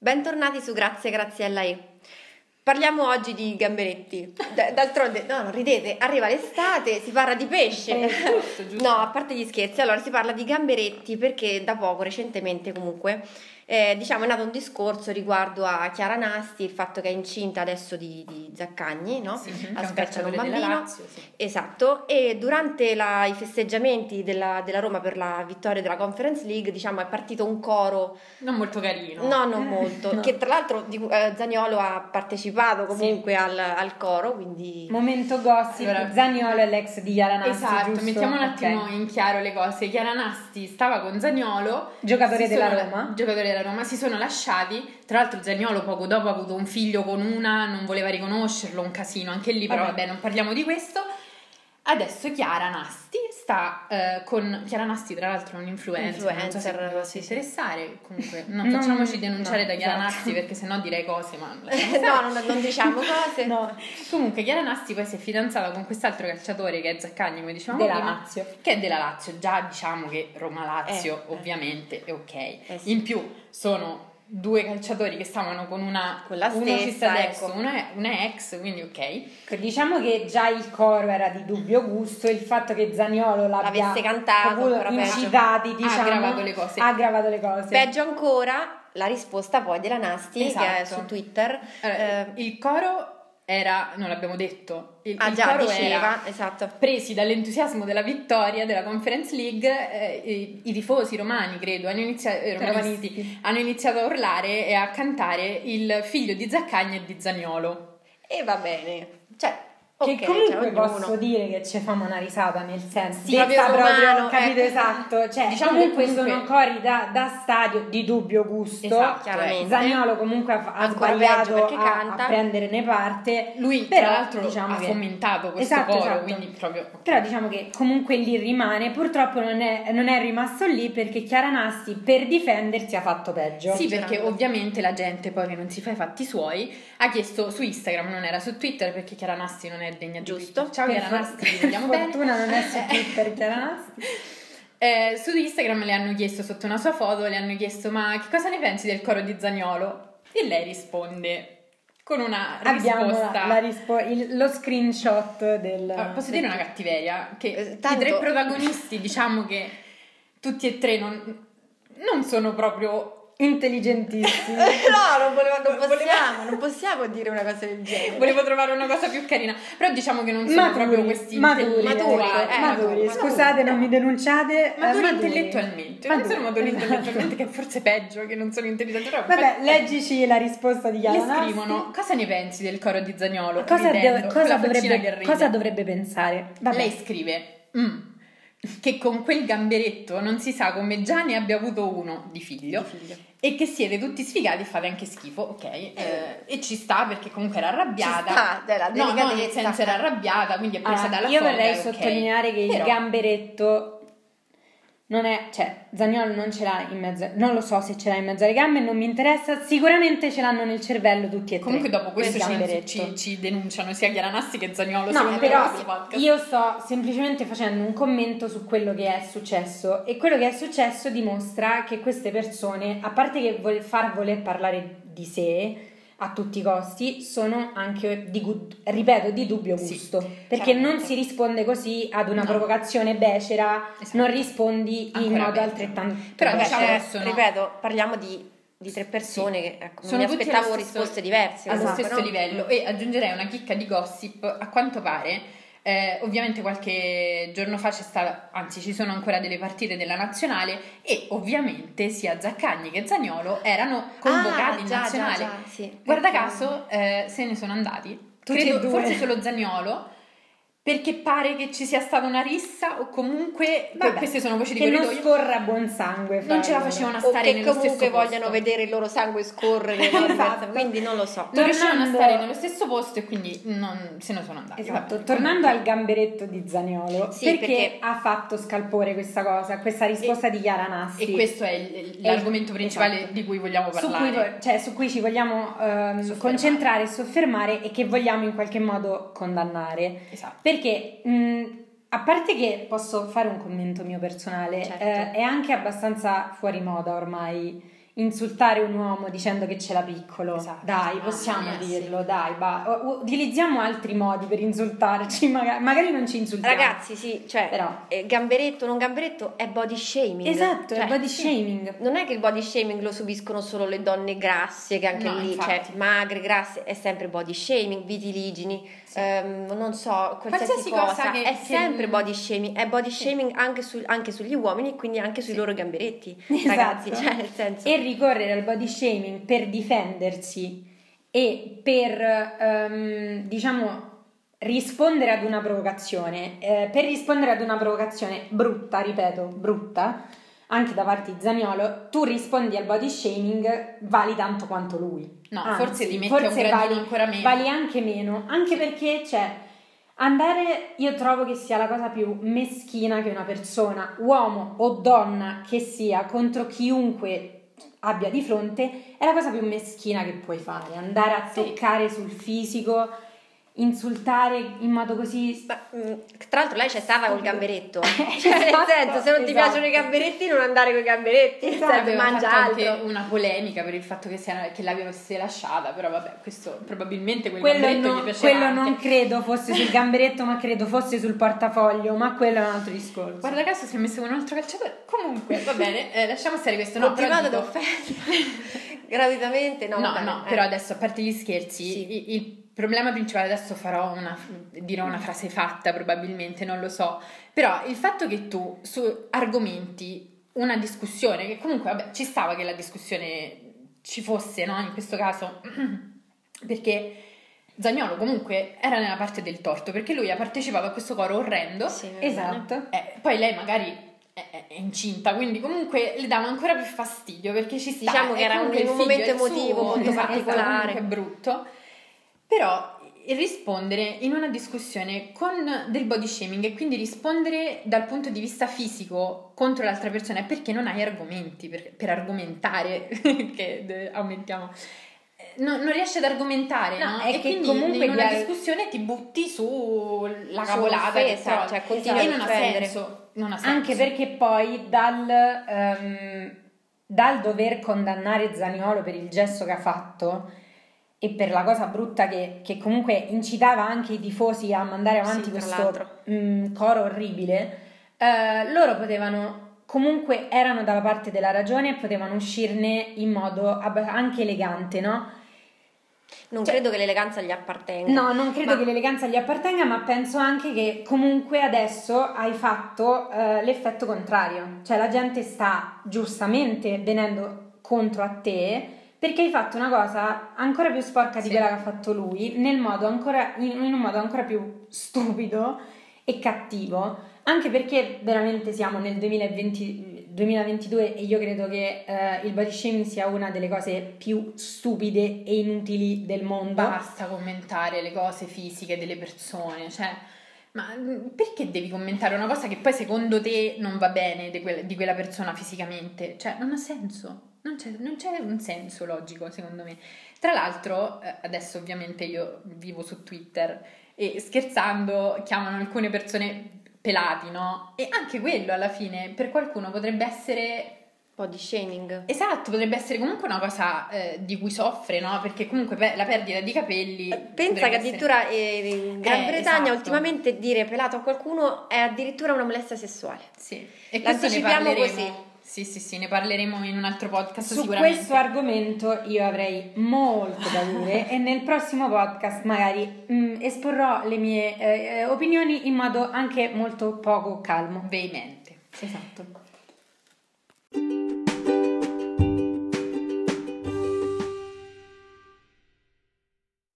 Bentornati su Graziella E. Parliamo oggi di gamberetti. D'altronde, no, non ridete, arriva l'estate, si parla di pesce. Giusto. No, a parte gli scherzi, allora si parla di gamberetti perché da poco, recentemente comunque, è nato un discorso riguardo a Chiara Nasti, il fatto che è incinta adesso di Zaccagni, no? Sì, Aspetta un bambino. della Lazio, sì. Esatto, e durante i festeggiamenti della Roma per la vittoria della Conference League, è partito un coro non molto carino. No, non molto, no. che tra l'altro Zaniolo ha partecipato comunque al coro, quindi... Momento gossip, allora, Zaniolo è l'ex di Chiara Nasti, esatto, giusto? Mettiamo un attimo in chiaro le cose. Chiara Nasti stava con Zaniolo, giocatore della Roma, si sono lasciati. Tra l'altro Zaniolo poco dopo ha avuto un figlio con una, non voleva riconoscerlo, un casino anche lì, però vabbè, non parliamo di questo. Adesso Chiara Nasti sta con Chiara Nasti, tra l'altro è un influencer, non so se vi possa interessare, comunque non facciamoci denunciare da Chiara Nasti perché sennò direi cose, ma non diciamo cose. No. Comunque Chiara Nasti poi si è fidanzata con quest'altro calciatore che è Zaccagni, come dicevamo della prima, Lazio. che è della Lazio. Già diciamo che Roma-Lazio ovviamente è ok. Sì. In più sono due calciatori che stavano con una stessa, uno ci sta adesso, ecco. una è ex, quindi ok. Diciamo che già il coro era di dubbio gusto, il fatto che Zaniolo l'avesse cantato incitati, ha aggravato le cose. Peggio ancora la risposta poi della Nasti, esatto, che è su Twitter. Il coro era, non l'abbiamo detto, il già coro diceva, era, esatto. Presi dall'entusiasmo della vittoria della Conference League, i tifosi romani, credo, hanno iniziato a urlare e a cantare il figlio di Zaccagni e di Zaniolo. E va bene, che comunque posso dire che ci fanno una risata, nel senso proprio capito, esatto, cioè diciamo comunque sono cori da stadio di dubbio gusto, esatto, chiaramente. Zaniolo comunque ha sbagliato a prenderne parte, lui però, tra l'altro diciamo ha fomentato questo coro, quindi proprio però diciamo che comunque lì rimane, purtroppo non è rimasto lì perché Chiara Nasti per difendersi ha fatto peggio. Sì, perché ovviamente la gente poi che non si fa i fatti suoi ha chiesto su Instagram, non era su Twitter perché Chiara Nasti non è degna di giusto. Ciao Chiara Nasti, vi vogliamo bene. Fortuna non è su Twitter Chiara Nasti. Su Instagram le hanno chiesto, sotto una sua foto, le hanno chiesto ma che cosa ne pensi del coro di Zaniolo? E lei risponde con una risposta. Lo screenshot del... Posso dire una cattiveria? Che i tre protagonisti, diciamo che tutti e tre non sono proprio intelligentissimi. Non possiamo dire una cosa del genere. Volevo trovare una cosa più carina, però diciamo che non sono proprio questi maturi. Scusate, non mi denunciate. Maturi intellettualmente. Non sono maturi intellettualmente, che è forse peggio che non sono intelligenti. Vabbè, leggici la risposta di Chiara Nasti. Le scrivono: cosa ne pensi del coro di Zaniolo? Cosa dovrebbe pensare? Vabbè. Lei scrive che con quel gamberetto non si sa come già ne abbia avuto uno di figlio. E che siete tutti sfigati e fate anche schifo, ok? E ci sta perché comunque era arrabbiata. No, nel senso era arrabbiata, quindi è presa dalla io foga. Io vorrei sottolineare che il gamberetto non è, Zaniolo non ce l'ha in mezzo, non lo so se ce l'ha in mezzo alle gambe, non mi interessa, sicuramente ce l'hanno nel cervello tutti e tre. Comunque dopo questo ci denunciano sia Chiara Nasti che Zaniolo. No, però io sto semplicemente facendo un commento su quello che è successo, e quello che è successo dimostra che queste persone, a parte che voler parlare di sé a tutti i costi, sono anche di dubbio gusto, perché non si risponde così ad una provocazione becera, non rispondi in modo altrettanto però ripeto, parliamo di tre persone che sono mi aspettavo risposte diverse allo stesso livello. E aggiungerei una chicca di gossip: a quanto pare ovviamente qualche giorno fa ci sono ancora delle partite della nazionale e ovviamente sia Zaccagni che Zaniolo erano convocati in nazionale. Sì. Guarda caso se ne sono andati tutti e due. Forse solo Zaniolo, perché pare che ci sia stata una rissa o comunque queste sono voci di corridoio, che non scorra buon sangue, non ce la facevano a stare nello stesso posto, o che comunque vogliono vedere il loro sangue scorrere. Esatto. Quindi non lo so, non riuscivano a stare nello stesso posto e quindi se ne sono andati. Esatto. Tornando al gamberetto di Zaniolo, perché ha fatto scalpore questa risposta di Chiara Nasti, e questo è l'argomento principale di cui vogliamo parlare, su cui ci vogliamo concentrare e soffermare, e che vogliamo in qualche modo condannare. Esatto. Perché a parte che posso fare un commento mio personale, è anche abbastanza fuori moda ormai insultare un uomo dicendo che ce l'ha piccolo. Esatto, Dai, possiamo dirlo, dai, utilizziamo altri modi per insultarci, magari non ci insultiamo. Ragazzi, sì, cioè, però gamberetto, non gamberetto, è body shaming. Esatto, cioè, è body shaming. Non è che il body shaming lo subiscono solo le donne grasse, che anche lì, infatti. cioè, magre, grasse, è sempre body shaming, vitiligini, non so, qualsiasi cosa è sempre body shaming, è body shaming anche sugli uomini e quindi anche sui loro gamberetti, esatto. Ragazzi, cioè, nel senso. E ricorrere al body shaming per difendersi e per diciamo rispondere ad una provocazione, per rispondere ad una provocazione brutta, ripeto, brutta, anche da parte di Zaniolo, tu rispondi al body shaming, vali tanto quanto lui. No, anzi, forse ti metti a un gradino ancora meno. Vali anche meno, anche perché andare, io trovo che sia la cosa più meschina che una persona, uomo o donna che sia, contro chiunque abbia di fronte, è la cosa più meschina che puoi fare, andare a toccare sul fisico, insultare in modo così. Tra l'altro lei c'è stata col gamberetto, cioè, nel senso, se non ti piacciono i gamberetti non andare con i gamberetti, esatto. Mangia altro. Anche una polemica per il fatto che l'avesse lasciata, però vabbè, questo probabilmente quel gamberetto gli piaceva quello anche. Non credo fosse sul gamberetto, ma credo fosse sul portafoglio, ma quello è un altro discorso. Guarda caso si è messo con un altro calciatore. Comunque va bene, lasciamo stare questo. Continuate ad offendere gratuitamente. No, però adesso, a parte gli scherzi, il problema principale, adesso dirò una frase fatta probabilmente, non lo so, però il fatto che tu su argomenti una discussione, che comunque vabbè ci stava che la discussione ci fosse, no, in questo caso, perché Zaniolo comunque era nella parte del torto, perché lui ha partecipato a questo coro orrendo, esatto, poi lei magari è incinta, quindi comunque le dava ancora più fastidio, perché ci sta, diciamo che era in un momento emotivo molto particolare, è brutto. Però rispondere in una discussione con del body shaming e quindi rispondere dal punto di vista fisico contro l'altra persona è perché non hai argomenti per argomentare, che aumentiamo, non riesci ad argomentare, no? È e che quindi comunque in una discussione ti butti sulla cavolata, cioè continui non ha senso, non ha senso. Anche perché poi dal dover condannare Zaniolo per il gesto che ha fatto e per la cosa brutta che comunque incitava anche i tifosi a mandare avanti questo coro orribile, loro potevano, comunque erano dalla parte della ragione e potevano uscirne in modo anche elegante, no? Non credo che l'eleganza gli appartenga. No, non credo che l'eleganza gli appartenga, ma penso anche che comunque adesso hai fatto l'effetto contrario, cioè la gente sta giustamente venendo contro a te perché hai fatto una cosa ancora più sporca di quella che ha fatto lui, in un modo ancora più stupido e cattivo, anche perché veramente siamo nel 2022 e io credo che il body shaming sia una delle cose più stupide e inutili del mondo. Basta commentare le cose fisiche delle persone, cioè, ma perché devi commentare una cosa che poi secondo te non va bene di quella persona fisicamente? Cioè, non ha senso. Non c'è un senso logico, secondo me. Tra l'altro, adesso ovviamente io vivo su Twitter e scherzando chiamano alcune persone pelati, no? E anche quello alla fine per qualcuno potrebbe essere body shaming. Esatto, potrebbe essere comunque una cosa di cui soffre, no? Perché comunque la perdita di capelli. Pensa che addirittura in Gran Bretagna ultimamente dire pelato a qualcuno è addirittura una molestia sessuale. Sì, e l'anticipiamo così. Sì, ne parleremo in un altro podcast su sicuramente. Questo argomento io avrei molto da dire e nel prossimo podcast magari esporrò le mie opinioni in modo anche molto poco calmo. Veemente. Esatto.